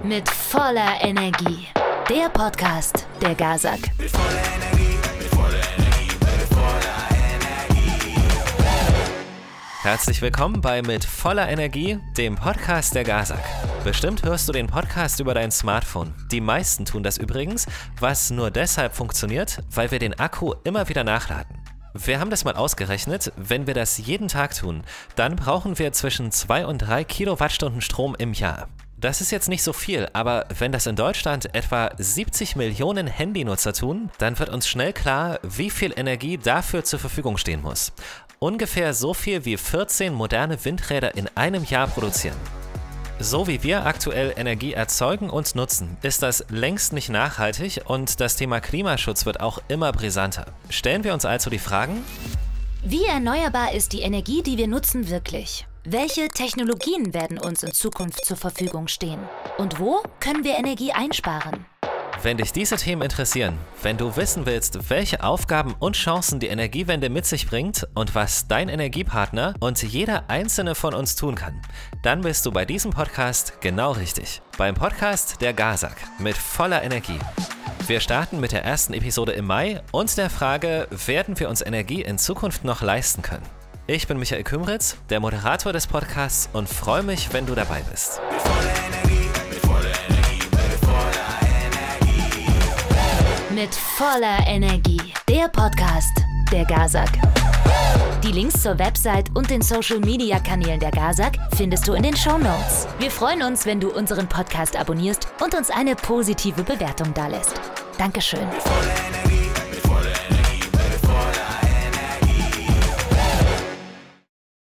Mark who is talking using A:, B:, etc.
A: Mit voller Energie. Der Podcast der GASAG.
B: Mit voller Energie, mit voller Energie, mit voller Energie.
C: Herzlich willkommen bei Mit voller Energie, dem Podcast der GASAG. Bestimmt hörst du den Podcast über dein Smartphone. Die meisten tun das übrigens, was nur deshalb funktioniert, weil wir den Akku immer wieder nachladen. Wir haben das mal ausgerechnet, wenn wir das jeden Tag tun, dann brauchen wir zwischen 2 und 3 Kilowattstunden Strom im Jahr. Das ist jetzt nicht so viel, aber wenn das in Deutschland etwa 70 Millionen Handynutzer tun, dann wird uns schnell klar, wie viel Energie dafür zur Verfügung stehen muss. Ungefähr so viel wie 14 moderne Windräder in einem Jahr produzieren. So wie wir aktuell Energie erzeugen und nutzen, ist das längst nicht nachhaltig und das Thema Klimaschutz wird auch immer brisanter. Stellen wir uns also die Fragen:
A: Wie erneuerbar ist die Energie, die wir nutzen, wirklich? Welche Technologien werden uns in Zukunft zur Verfügung stehen? Und wo können wir Energie einsparen?
C: Wenn dich diese Themen interessieren, wenn du wissen willst, welche Aufgaben und Chancen die Energiewende mit sich bringt und was dein Energiepartner und jeder einzelne von uns tun kann, dann bist du bei diesem Podcast genau richtig. Beim Podcast der GASAG mit voller Energie. Wir starten mit der ersten Episode im Mai und der Frage, werden wir uns Energie in Zukunft noch leisten können? Ich bin Michael Kümritz, der Moderator des Podcasts und freue mich, wenn du dabei bist.
B: Mit voller Energie, mit voller Energie, mit voller Energie.
A: Mit voller Energie. Der Podcast der GASAG. Die Links zur Website und den Social-Media-Kanälen der GASAG findest du in den Shownotes. Wir freuen uns, wenn du unseren Podcast abonnierst und uns eine positive Bewertung dalässt. Dankeschön.
B: Mit voller Energie.